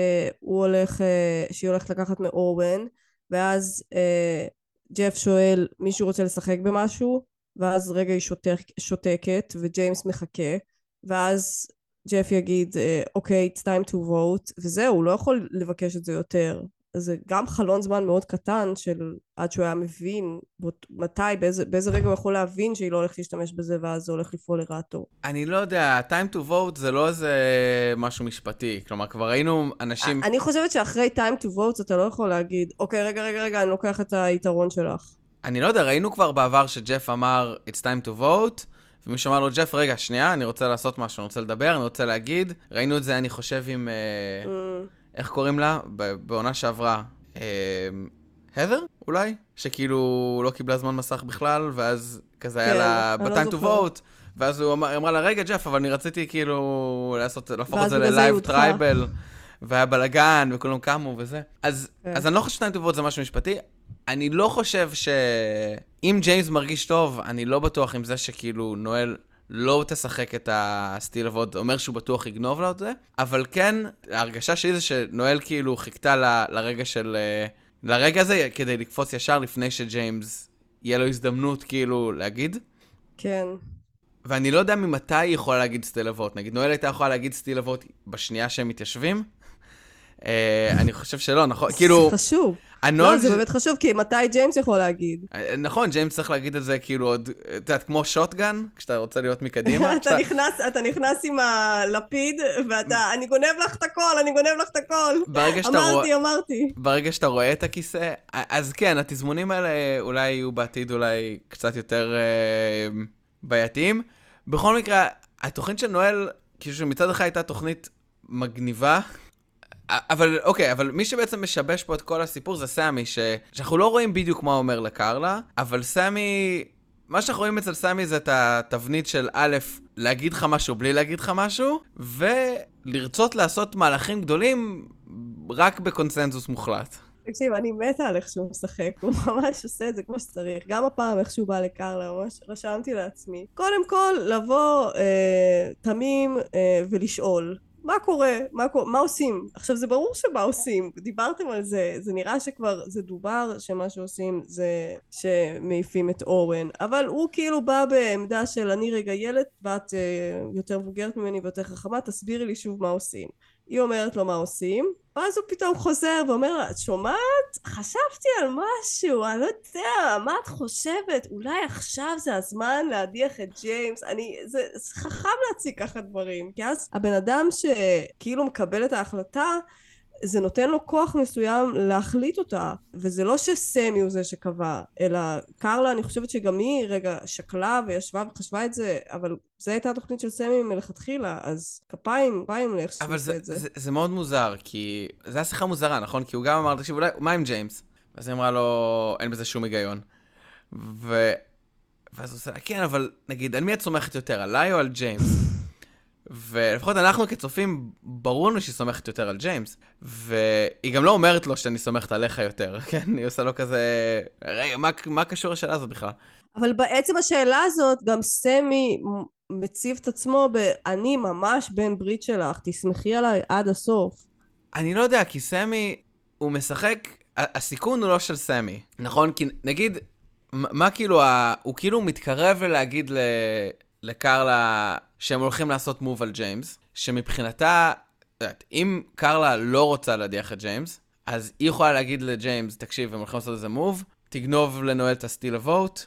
שהיא הולכת לקחת מאורן, ואז ג'ף שואל, מישהו רוצה לשחק במשהו? ואז רגע היא שותקת, וג'יימס מחכה, ואז ג'ף יגיד, אוקיי, it's time to vote, וזהו, הוא לא יכול לבקש את זה יותר. אז זה גם חלון זמן מאוד קטן של עד שהוא היה מבין מתי, באיזה רגע הוא יכול להבין שהיא לא הולכת להשתמש בזה ואז זה הולך לפעול לרעתו. אני לא יודע, time to vote זה לא איזה משהו משפטי, כלומר כבר ראינו אנשים... אני חושבת שאחרי time to vote אתה לא יכול להגיד, אוקיי, רגע, אני לוקח את היתרון שלך. אני לא יודע, ראינו כבר בעבר שג'ף אמר it's time to vote, ומישהו אמר לו, ג'ף, רגע, שנייה, אני רוצה לעשות משהו, אני רוצה לדבר, אני רוצה להגיד. ראינו את זה, אני חושב, עם... איך קוראים לה? בעונה שעברה. הדר, אולי? שכאילו לא קיבלה זמן מסך בכלל, ואז כזה היה לה ב-time to vote, ואז הוא אמרה לה, רגע, ג'ף, אבל אני רציתי כאילו להפוך את זה ללייב טרייבל, והיה בלגן, וכולם קמו וזה. אז אני לא חושב ש-time to vote זה משהו משפטי. אני לא חושב שאם ג'יימס מרגיש טוב, אני לא בטוח עם זה שכאילו נואל לא תשחק את הסטיל הווד, אומר שהוא בטוח יגנוב לה את זה, אבל כן, ההרגשה שלי זה שנואל כאילו חיכתה לרגע הזה כדי לקפוץ ישר לפני שג'יימס יהיה לו הזדמנות כאילו להגיד. כן. ואני לא יודע ממתי היא יכולה להגיד סטיל הווד. נגיד, נואל הייתה יכולה להגיד סטיל הווד בשנייה שהם מתיישבים. אני חושב שלא, נכון? כאילו... זה חשוב. לא, זה באמת חשוב, כי מתי ג'יימס יכול להגיד? נכון, ג'יימס צריך להגיד את זה כאילו עוד, אתה יודעת, כמו שוטגן, כשאתה רוצה להיות מקדימה. אתה נכנס עם הלפיד, ואתה, אני גונב לך את הכל. אמרתי. ברגע שאתה רואה את הכיסא, אז כן, התזמונים האלה אולי יהיו בעתיד אולי קצת יותר בעייתיים. בכל מקרה, התוכנית של נואל, כאילו שמצד אחד הייתה תוכנית מגניבה, אבל אוקיי, אבל מי שבעצם משבש פה את כל הסיפור זה סמי, שאנחנו לא רואים בדיוק מה הוא אומר לקרלה, אבל סמי, מה שאנחנו רואים אצל סמי זה את התבנית של א', להגיד לך משהו בלי להגיד לך משהו, ולרצות לעשות מהלכים גדולים רק בקונסנזוס מוחלט. תקשיב, אני מתה על איך שהוא משחק, הוא ממש עושה את זה כמו שצריך. גם הפעם איך שהוא בא לקרלה, ממש רשמתי לעצמי. קודם כל, לבוא תמים ולשאול. מה קורה? מה עושים? עכשיו זה ברור שמה עושים, דיברתם על זה, זה נראה שכבר זה דובר שמה שעושים זה שמעיפים את אורן, אבל הוא כאילו בא בעמדה של אני רגע ילד, ואת יותר מבוגרת ממני ויותר חכמה, תסבירי לי שוב מה עושים. היא אומרת לו מה עושים, ואז הוא פתאום חוזר ואומר לה, את שומעת? חשבתי על משהו, אני לא יודע, מה את חושבת? אולי עכשיו זה הזמן להדיח את ג'יימס? זה חכם להציג ככה דברים, כי אז הבן אדם שכאילו מקבל את ההחלטה, זה נותן לו כוח מסוים להחליט אותה, וזה לא שסמי הוא זה שקבע, אלא קרלה, אני חושבת שגם היא רגע שקלה וישבה וחשבה את זה, אבל זו הייתה התוכנית של סמי מלכתחילה, אז כפיים לאיך שהוא עושה את זה. אבל זה מאוד מוזר, כי זה היה שיחה מוזרה, נכון? כי הוא גם אמר, תקשיב, אולי, מה עם ג'יימס? ואז היא אמרה לו, אין בזה שום היגיון. ואז הוא עושה, כן, אבל נגיד, על מי את סומכת יותר, עליי או על ג'יימס? ולפחות אנחנו כצופים, ברור לנו שהיא סומכת יותר על ג'יימס, והיא גם לא אומרת לו שאני סומכת עליך יותר, כן? היא עושה לו כזה, רגע, מה קשור השאלה הזאת בכלל? אבל בעצם השאלה הזאת, גם סמי מציב את עצמו אני ממש בן ברית שלך, תסמכי עליי עד הסוף. אני לא יודע, כי סמי, הוא משחק, הסיכון הוא לא של סמי, נכון? כי נגיד, מה כאילו, הוא כאילו מתקרב להגיד לקרלה שהם הולכים לעשות מוב על ג'יימס, שמבחינתה, אם קרלה לא רוצה להדיח את ג'יימס, אז היא יכולה להגיד לג'יימס, תקשיב, הם הולכים לעשות איזה מוב, תגנוב לנואל את הסטיל הווט,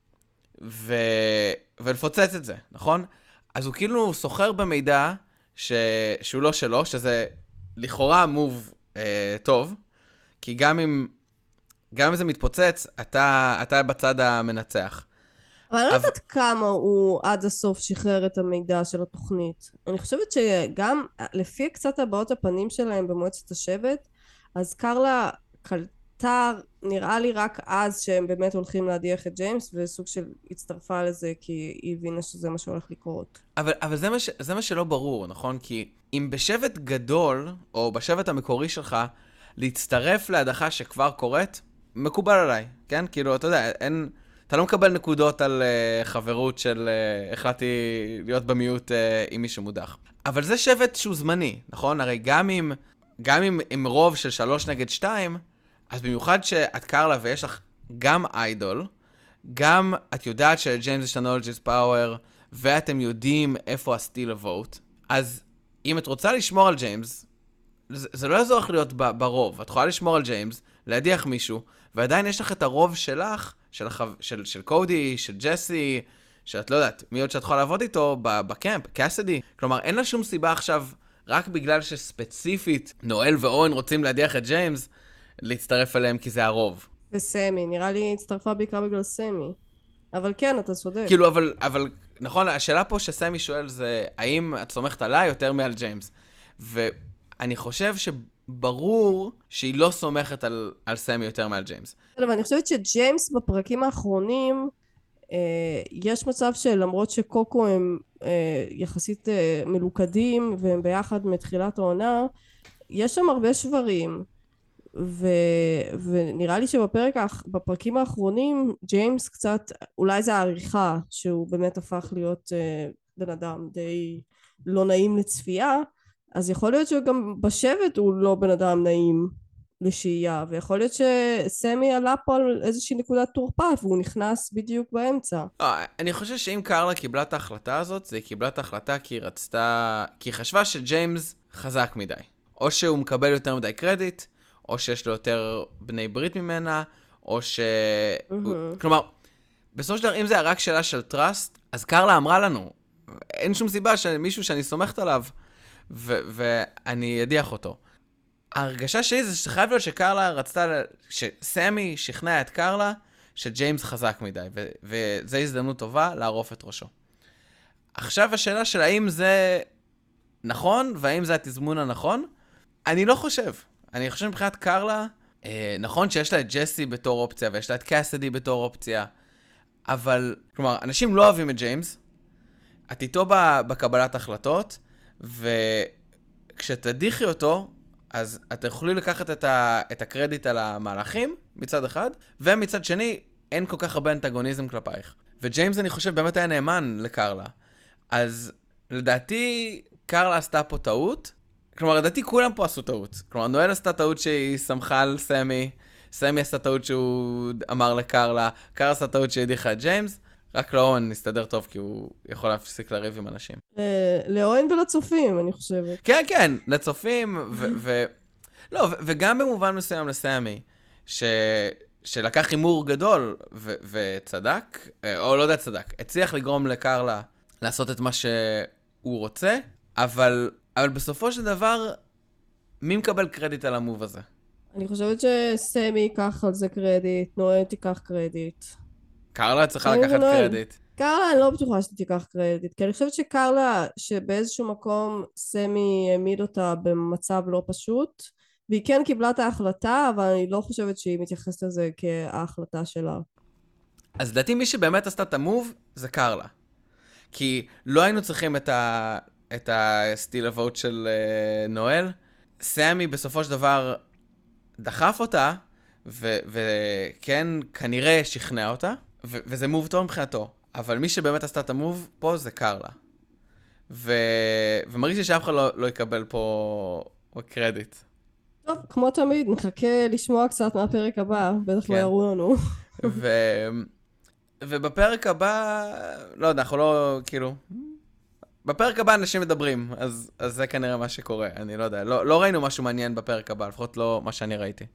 ולפוצץ את זה, נכון? אז הוא כאילו סוחר במידע שהוא לא שלו, שזה לכאורה מוב טוב, כי גם אם זה מתפוצץ, אתה בצד המנצח. אבל אני לא יודעת כמה הוא עד הסוף שחרר את המידע של התוכנית. אני חושבת שגם לפי קצת הבעות הפנים שלהם במועצת השבט, אז קרלה קלטה בהחלטה, נראה לי רק אז שהם באמת הולכים להדיח את ג'יימס, וסוג של הצטרפה לזה כי היא הבינה שזה מה שהולך לקרות. אבל זה מה שלא ברור, נכון? כי אם בשבט גדול, או בשבט המקורי שלך, להצטרף להדחה שכבר קורית, מקובל עליי, כן? כאילו, אתה יודע, אתה לא מקבל נקודות על חברות של החלטתי להיות במיעוט עם מי שמודח. אבל זה שבט שהוא זמני, נכון? הרי גם עם רוב של 3 נגד 2, אז במיוחד שאת קרלה ויש לך גם איידול, גם את יודעת שלג'יימס יש knowledge is power, ואתם יודעים איפה הסטיל הווט, אז אם את רוצה לשמור על ג'יימס, זה לא יעזור לך להיות ברוב. את יכולה לשמור על ג'יימס, להדיח מישהו, ועדיין יש לך את הרוב שלך, של קודי, של ג'סי, שאת לא יודעת, מי עוד שאת יכולה לעבוד איתו בקמפ, קאסדי. כלומר, אין לה שום סיבה עכשיו, רק בגלל שספציפית נואל ואורן רוצים להדיח את ג'יימס, להצטרף אליהם כי זה הרוב. וסמי, נראה לי הצטרפה בעיקר בגלל סמי. אבל כן, אתה צודק. כאילו, אבל נכון, השאלה פה שסמי שואל זה, האם את סומכת עליי יותר מעל ג'יימס? ואני חושב שברור שהיא לא סומכת על סמי יותר מעל ג'יימס. אבל אני חושבת שג'יימס בפרקים האחרונים, יש מצב שלמרות שקוקו הם יחסית מלוכדים, והם ביחד מתחילת העונה, יש שם הרבה שברים. ונראה לי שבפרקים האחרונים ג'יימס קצת, אולי זה העריכה שהוא באמת הפך להיות בן אדם די לא נעים לצפייה, אז יכול להיות שגם בשבט הוא לא בן אדם נעים לשהייה, ויכול להיות שסמי עלה פה על איזושהי נקודת תורפה והוא נכנס בדיוק באמצע. אני חושב שאם קרלה קיבלה את ההחלטה הזאת, זה היא קיבלה את ההחלטה כי היא חשבה שג'יימס חזק מדי, או שהוא מקבל יותר מדי קרדיט, או שיש לו יותר בני ברית ממנה, או כלומר, בסופו של דבר, אם זה רק שאלה של טראסט, אז קרלה אמרה לנו, אין שום סיבה שמישהו שאני סומכת עליו, ואני אדיח אותו. ההרגשה שלי זה שחייב להיות שקרלה רצתה, שסמי שכנע את קרלה, שג'יימס חזק מדי, וזו הזדמנות טובה לערוף את ראשו. עכשיו השאלה של האם זה נכון, והאם זה התזמון הנכון, אני לא חושב. אני חושב מבחינת קרלה, נכון שיש לה את ג'סי בתור אופציה, ויש לה את קאסדי בתור אופציה, אבל, כלומר, אנשים לא אוהבים את ג'יימס, את איתו בקבלת החלטות, וכשתדיחי אותו, אז את יכולים לקחת את הקרדיט על המהלכים, מצד אחד, ומצד שני, אין כל כך הרבה אנטגוניזם כלפייך. וג'יימס, אני חושב, באמת היה נאמן לקרלה. אז, לדעתי, קרלה עשתה פה טעות, כלומר, לדעתי כולם פה עשו טעות. כלומר, נואל עשתה טעות שהיא שמחה על סמי, סמי עשתה טעות שהוא אמר לקרלה, קרלה עשתה טעות שהדיחה את ג'יימס, רק לאורן נסתדר טוב, כי הוא יכול להפסיק לריב עם אנשים. לאורן ולצופים, אני חושבת. כן, כן, לצופים, לא, וגם במובן מסוים לסמי, שלקח הימור גדול, וצדק, או לא יודע צדק, הצליח לגרום לקרלה לעשות את מה שהוא רוצה, אבל בסופו של דבר, מי מקבל קרדיט על המוב הזה? אני חושבת שסמי ייקח על זה קרדיט, נואל תיקח קרדיט. קרלה צריכה לקחת קרדיט. קרלה, אני לא בטוחה שתיקח קרדיט, כי אני חושבת שקרלה, שבאיזשהו מקום סמי העמיד אותה במצב לא פשוט, והיא כן קיבלה את ההחלטה, אבל אני לא חושבת שהיא מתייחסת לזה כההחלטה שלה. אז לדעתי מי שבאמת עשתה את המוב, זה קרלה. כי לא היינו צריכים את הסטיל הווט של נואל. סמי בסופו של דבר דחף אותה, וכן, כנראה שכנע אותה, וזה מוב טוב מבחינתו. אבל מי שבאמת עשתה את המוב פה זה קרלה. ומרגיש לי שאף אחד לא יקבל פה קרדיט. טוב, כמו תמיד, נחכה לשמוע קצת מהפרק הבא, בטח לא יראו לנו. ובפרק הבא, לא יודע, אנחנו לא, כאילו, בפרק הבא אנשים מדברים, אז זה כנראה מה שקורה, אני לא יודע, לא ראינו משהו מעניין בפרק הבא, לפחות לא מה שאני ראיתי.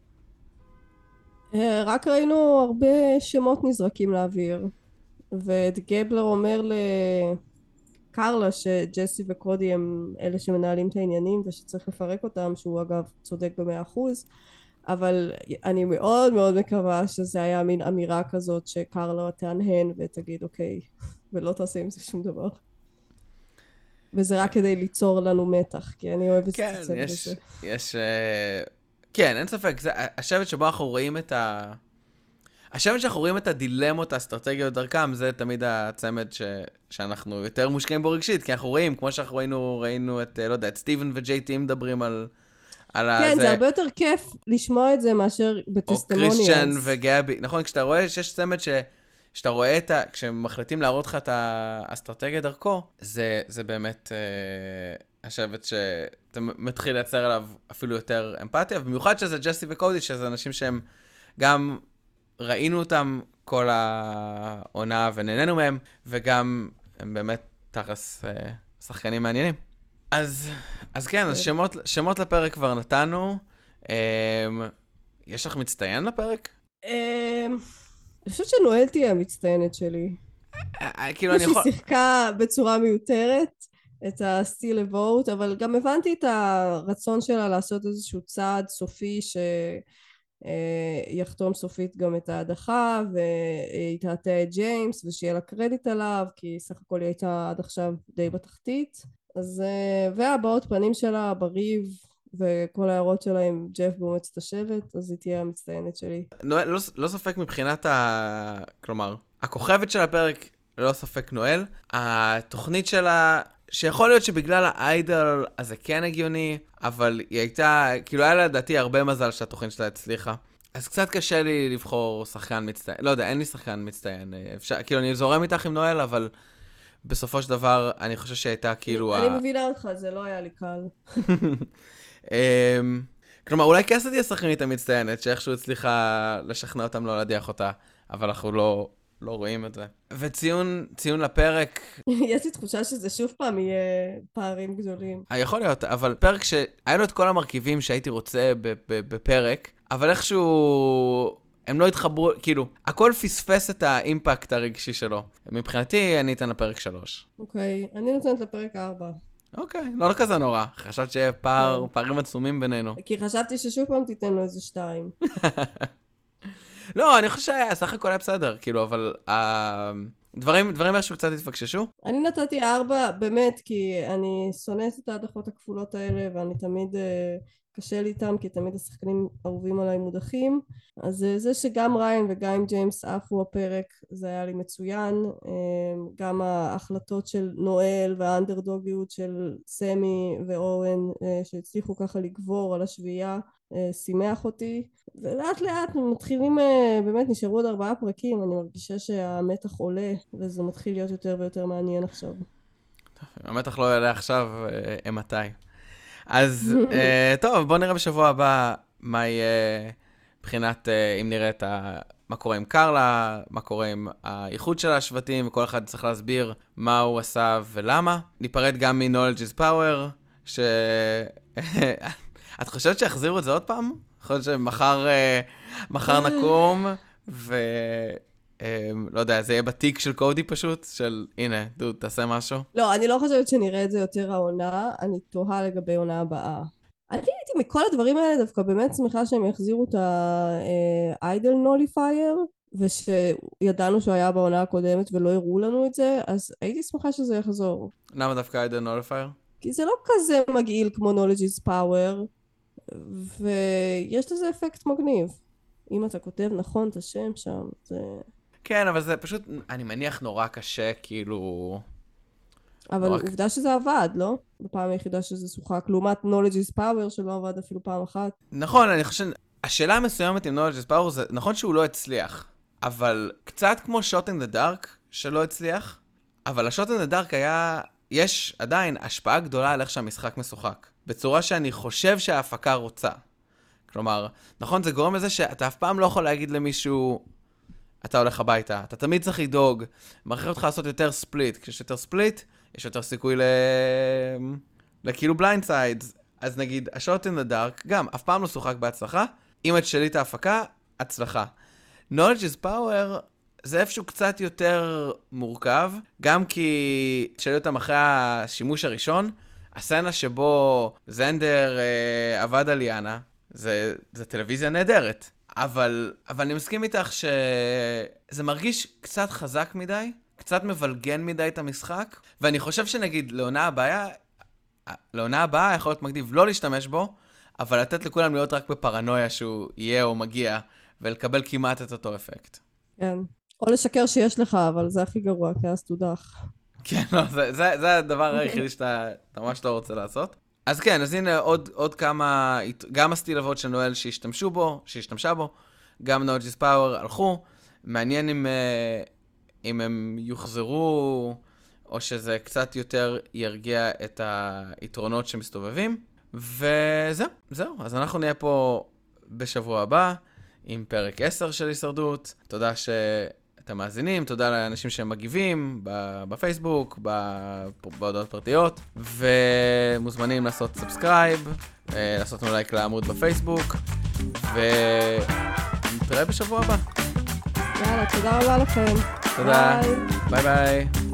רק ראינו הרבה שמות נזרקים לאוויר, ואת גבלר אומר לקרלה שג'סי וקודי הם אלה שמנהלים את העניינים ושצריך לפרק אותם, שהוא אגב צודק ב100%, אבל אני מאוד מאוד מקווה שזה היה מין אמירה כזאת שקרלה תענהן ותגיד אוקיי, ולא תעשה עם זה שום דבר. וזה רק כדי ליצור לנו מתח, כי אני אוהבת את זה. כן, יש כן, אין ספק, זה השבט שבו אנחנו רואים השבט שאנחנו רואים את הדילמות האסטרטגיות דרכם, זה תמיד הצמד שאנחנו יותר מושקעים בו רגשית, כי אנחנו רואים, כמו שאנחנו ראינו את, לא יודע, את סטיבן וג'יי-טי מדברים על כן, זה הרבה יותר כיף לשמוע את זה מאשר או בטסטימוניאלס. קריסטיאן וגאבי. נכון, כשאתה רואה שיש צמד כשאתה רואה כשמחליטים להראות לך את האסטרטגיה דרכו, זה באמת השבט שאתה מתחיל לייצר עליו אפילו יותר אמפתיה, במיוחד שזה ג'סי וקודי, שזה אנשים שהם גם ראינו אותם כל העונה ונהנינו מהם, וגם הם באמת תכלס שחקנים מעניינים. אז כן, אז שמות לפרק כבר נתנו. יש לך מצטיין לפרק? אני חושבת שנואל תהיה המצטיינת שלי. כאילו אני יכול... שהיא שיחקה בצורה מיותרת את הסטיל לבוט, אבל גם הבנתי את הרצון שלה לעשות איזשהו צעד סופי שיחתום סופית גם את ההדחה ויתעתע את ג'יימס ושיהיה לה קרדיט עליו, כי סך הכל היא הייתה עד עכשיו די בתחתית. אז והבעות פנים שלה בריב וכל ההערות שלה עם ג'ף באומץ את השבט, אז היא תהיה המצטיינת שלי. לא ספק מבחינת כלומר, הכוכבת של הפרק לא ספק נואל. התוכנית שלה, שיכול להיות שבגלל האיידל, אז זה כן הגיוני, אבל היא הייתה, כאילו היה לדעתי הרבה מזל שהתוכנית שלה הצליחה. אז קצת קשה לי לבחור שחקן מצטיין. לא יודע, אין לי שחקן מצטיין. כאילו אני זורם איתך עם נואל, אבל בסופו של דבר אני חושב שהייתה כאילו... אני מבינה אותך, זה לא היה לי קל. כלומר, אולי קסדי השחקנית המצטיינת, שאיכשהו הצליחה לשכנע אותם לא להדיח אותה, אבל אנחנו לא רואים את זה. וציון לפרק... יש לי תחושה שזה שוב פעם יהיה פערים גדולים. יכול להיות, אבל פרק שהיה לו את כל המרכיבים שהייתי רוצה בפרק, אבל איכשהו הם לא התחברו, כאילו, הכל פספס את האימפקט הרגשי שלו. מבחינתי, אני אתן לפרק 3. אוקיי, אני נותנת לפרק 4. אוקיי, לא כזה נורא. חשבת שיהיה פערים עצומים בינינו. כי חשבתי ששוב פעם תיתן לו איזה 2. לא, אני חושב שהסך הכל היה בסדר, כאילו, אבל דברים איכשהו קצת התפקששו. אני נתתי 4, באמת, כי אני שונאת את ההדחות הכפולות האלה, ואני תמיד קשה לי איתם, כי תמיד השחקנים אהובים עליי מודחים. אז זה שגם ריין וגם ג'יימס עפו הפרק, זה היה לי מצוין. גם ההחלטות של נואל והאנדרדוגיות של סמי ואורן, שהצליחו ככה לגבור על השביעייה, שימח אותי. ולאט לאט מתחילים, באמת נשארו עוד 4 פרקים, אני מרגישה שהמתח עולה, וזה מתחיל להיות יותר ויותר מעניין עכשיו. המתח לא יעלה עכשיו, מתי. אז טוב, בוא נראה בשבוע הבא מה יהיה מבחינת, אם נראה מה קורה עם קרלה, מה קורה עם האיחוד של השבטים, וכל אחד צריך להסביר מה הוא עשה ולמה. ניפרד גם מ-Knowledge is Power, את חושבת שיחזירו את זה עוד פעם? יכול להיות שמחר נקום, לא יודע, זה יהיה בתיק של קודי פשוט, של הנה, דוד, תעשה משהו. לא, אני לא חושבת שנראה את זה יותר העונה, אני תוהה לגבי עונה הבאה. אני הייתי מכל הדברים האלה דווקא באמת שמחה שהם יחזירו את ה-Idle Nullifier, ושידענו שהוא היה בעונה הקודמת ולא הראו לנו את זה, אז הייתי שמחה שזה יחזור. למה דווקא Idle Nullifier? כי זה לא כזה מגעיל כמו Knowledge is Power, ויש לזה אפקט מגניב. אם אתה כותב נכון את השם שם, זה... כן, אבל זה פשוט, אני מניח נורא קשה, כאילו... אבל עובדה שזה עבד, לא? בפעם היחידה שזה שוחק, לעומת Knowledge is Power שלא עבד אפילו פעם אחת. נכון, אני חושב, השאלה המסוימת עם Knowledge is Power זה, נכון שהוא לא הצליח, אבל קצת כמו Shot in the Dark שלא הצליח, אבל ה-Shot in the Dark יש עדיין השפעה גדולה על איך שהמשחק משוחק, בצורה שאני חושב שההפקה רוצה. כלומר, נכון, זה גורם לזה שאתה אף פעם לא יכול להגיד למישהו, אתה הולך הביתה, אתה תמיד צריך לדאוג, מכריח אותך לעשות יותר ספליט, כשיש יותר ספליט, יש יותר סיכוי לכאילו בליינד סיידס, אז נגיד, ה-Shot in the Dark, גם, אף פעם לא שוחק בהצלחה, אם את שליט ההפקה, הצלחה. Knowledge is Power, זה איפשהו קצת יותר מורכב, גם כי שלי אותם אחרי השימוש הראשון, הסצנה שבו זנדר עבד על יאנה, זה טלוויזיה נהדרת. אבל אני מסכים איתך שזה מרגיש קצת חזק מדי, קצת מבלגן מדי את המשחק, ואני חושב שנגיד לעונה הבאה יכול להיות מגניב לא להשתמש בו, אבל לתת לכולם להיות רק בפרנויה שהוא יהיה או מגיע, ולקבל כמעט את אותו אפקט. כן. או לשקר שיש לך, אבל זה הכי גרוע, כי אז תודח. כן, לא, זה הדבר היחידי שאתה ממש לא רוצה לעשות. אז כן, אז הנה עוד כמה, גם הסטיל אבות של נואל שהשתמשה בו, גם נוג'יס פאוור הלכו, מעניין אם הם יוחזרו, או שזה קצת יותר ירגיע את היתרונות שמסתובבים. וזהו, אז אנחנו נהיה פה בשבוע הבא, עם פרק 10 של הישרדות. תודה שאתם מאזינים, תודה לאנשים שהם מגיבים בפייסבוק, בהודעות פרטיות, ומוזמנים לעשות סאבסקרייב, לעשות לייק לעמוד בפייסבוק, ונתראה בשבוע הבא. יאללה, תודה רבה לכם. תודה, ביי ביי.